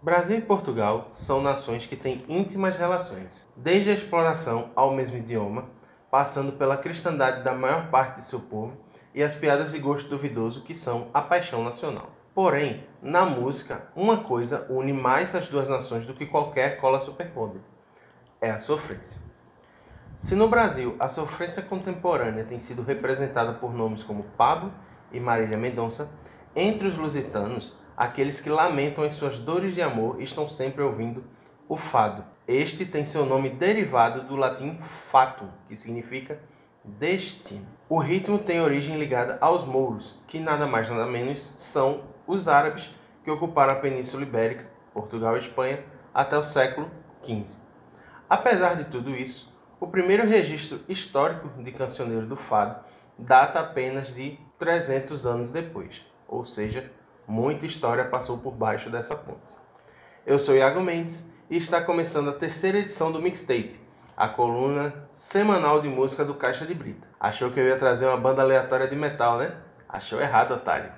Brasil e Portugal são nações que têm íntimas relações, desde a exploração ao mesmo idioma, passando pela cristandade da maior parte de seu povo e as piadas de gosto duvidoso que são a paixão nacional. Porém, na música, uma coisa une mais as duas nações do que qualquer cola superpoder: é a sofrência. Se no Brasil a sofrência contemporânea tem sido representada por nomes como Pablo e Marília Mendonça, entre os lusitanos, aqueles que lamentam as suas dores de amor estão sempre ouvindo o fado. Este tem seu nome derivado do latim fatum, que significa destino. O ritmo tem origem ligada aos mouros, que nada mais nada menos são os árabes que ocuparam a Península Ibérica, Portugal e Espanha, até o século XV. Apesar de tudo isso, o primeiro registro histórico de cancioneiro do fado data apenas de 300 anos depois, ou seja, muita história passou por baixo dessa ponte. Eu sou Iago Mendes e está começando a terceira edição do Mixtape, a coluna semanal de música do Caixa de Brita. Achou que eu ia trazer uma banda aleatória de metal, né? Achou errado, otário.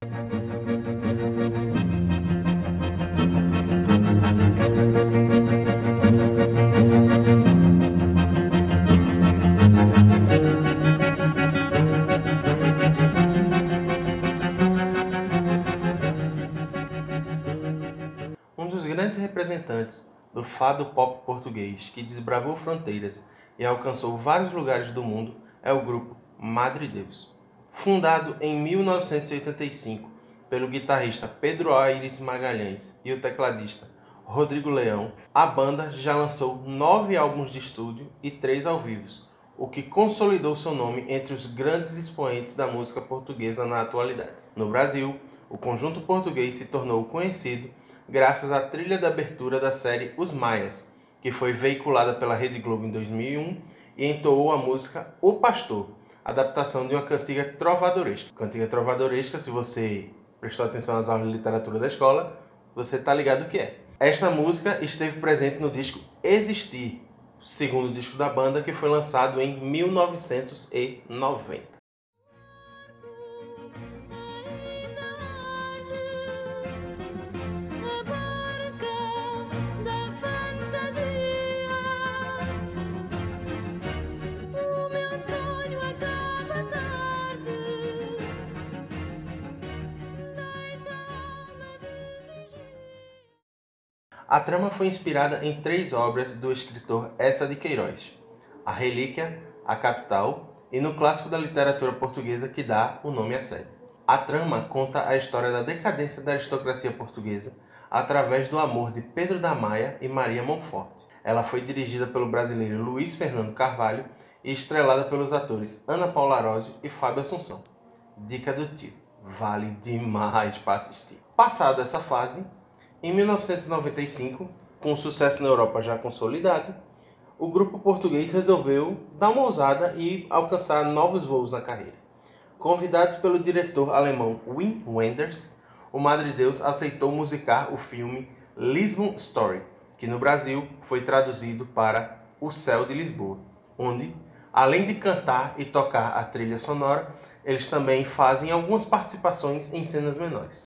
Um dos grandes representantes do fado pop português que desbravou fronteiras e alcançou vários lugares do mundo é o grupo Madre Deus. Fundado em 1985 pelo guitarrista Pedro Aires Magalhães e o tecladista Rodrigo Leão, a banda já lançou 9 álbuns de estúdio e 3 ao vivo, o que consolidou seu nome entre os grandes expoentes da música portuguesa na atualidade. No Brasil, o conjunto português se tornou conhecido graças à trilha de abertura da série Os Maias, que foi veiculada pela Rede Globo em 2001 e entoou a música O Pastor, adaptação de uma cantiga trovadoresca. Cantiga trovadoresca, se você prestou atenção nas aulas de literatura da escola, você está ligado o que é. Esta música esteve presente no disco Existir, o segundo disco da banda, que foi lançado em 1990. A trama foi inspirada em 3 obras do escritor Eça de Queiroz: A Relíquia, A Capital e no clássico da literatura portuguesa que dá o nome à série. A trama conta a história da decadência da aristocracia portuguesa através do amor de Pedro da Maia e Maria Monforte. Ela foi dirigida pelo brasileiro Luiz Fernando Carvalho e estrelada pelos atores Ana Paula Arósio e Fábio Assunção. Dica do tio: vale demais para assistir. Passada essa fase, em 1995, com o sucesso na Europa já consolidado, o grupo português resolveu dar uma ousada e alcançar novos voos na carreira. Convidados pelo diretor alemão Wim Wenders, o Madre Deus aceitou musicar o filme Lisbon Story, que no Brasil foi traduzido para O Céu de Lisboa, onde, além de cantar e tocar a trilha sonora, eles também fazem algumas participações em cenas menores.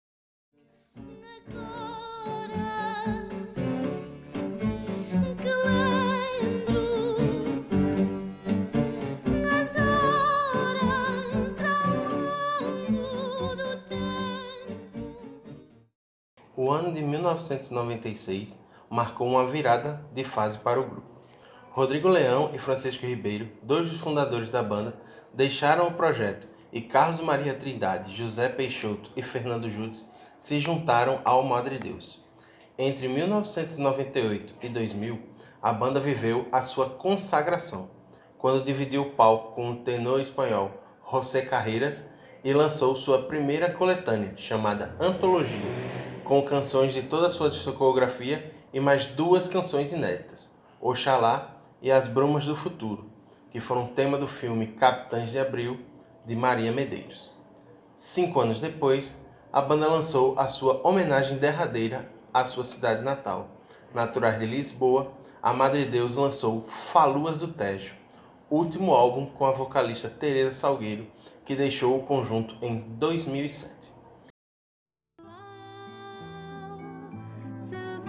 O ano de 1996 marcou uma virada de fase para o grupo. Rodrigo Leão e Francisco Ribeiro, 2 dos fundadores da banda, deixaram o projeto e Carlos Maria Trindade, José Peixoto e Fernando Judes se juntaram ao Madre Deus. Entre 1998 e 2000, a banda viveu a sua consagração, quando dividiu o palco com o tenor espanhol José Carreras e lançou sua primeira coletânea, chamada Antologia, com canções de toda a sua discografia e mais 2 canções inéditas, Oxalá e As Brumas do Futuro, que foram tema do filme Capitães de Abril, de Maria Medeiros. 5 anos depois, a banda lançou a sua homenagem derradeira à sua cidade natal. Naturais de Lisboa, a Madre Deus lançou Faluas do Tejo, último álbum com a vocalista Teresa Salgueiro, que deixou o conjunto em 2007.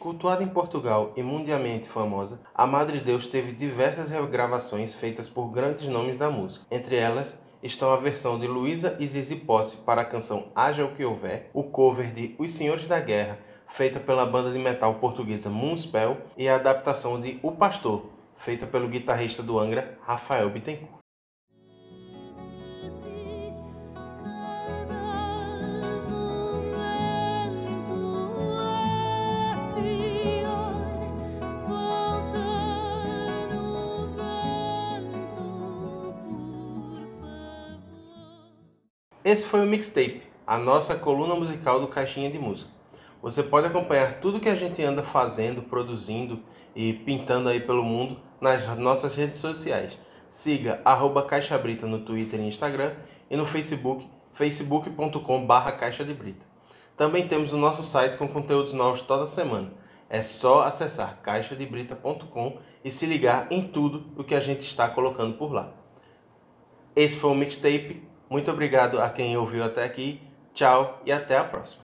Cultuada em Portugal e mundialmente famosa, A Madre Deus teve diversas regravações feitas por grandes nomes da música. Entre elas estão a versão de Luísa e Zizi Posse para a canção Haja o que Houver, o cover de Os Senhores da Guerra, feita pela banda de metal portuguesa Moonspell, e a adaptação de O Pastor, feita pelo guitarrista do Angra, Rafael Bittencourt. Esse foi o Mixtape, a nossa coluna musical do Caixinha de Música. Você pode acompanhar tudo que a gente anda fazendo, produzindo e pintando aí pelo mundo nas nossas redes sociais. Siga @caixabrita no Twitter e Instagram e no Facebook, facebook.com/caixadebrita. Também temos o nosso site com conteúdos novos toda semana. É só acessar caixadebrita.com e se ligar em tudo o que a gente está colocando por lá. Esse foi o Mixtape. Muito obrigado a quem ouviu até aqui. Tchau e até a próxima.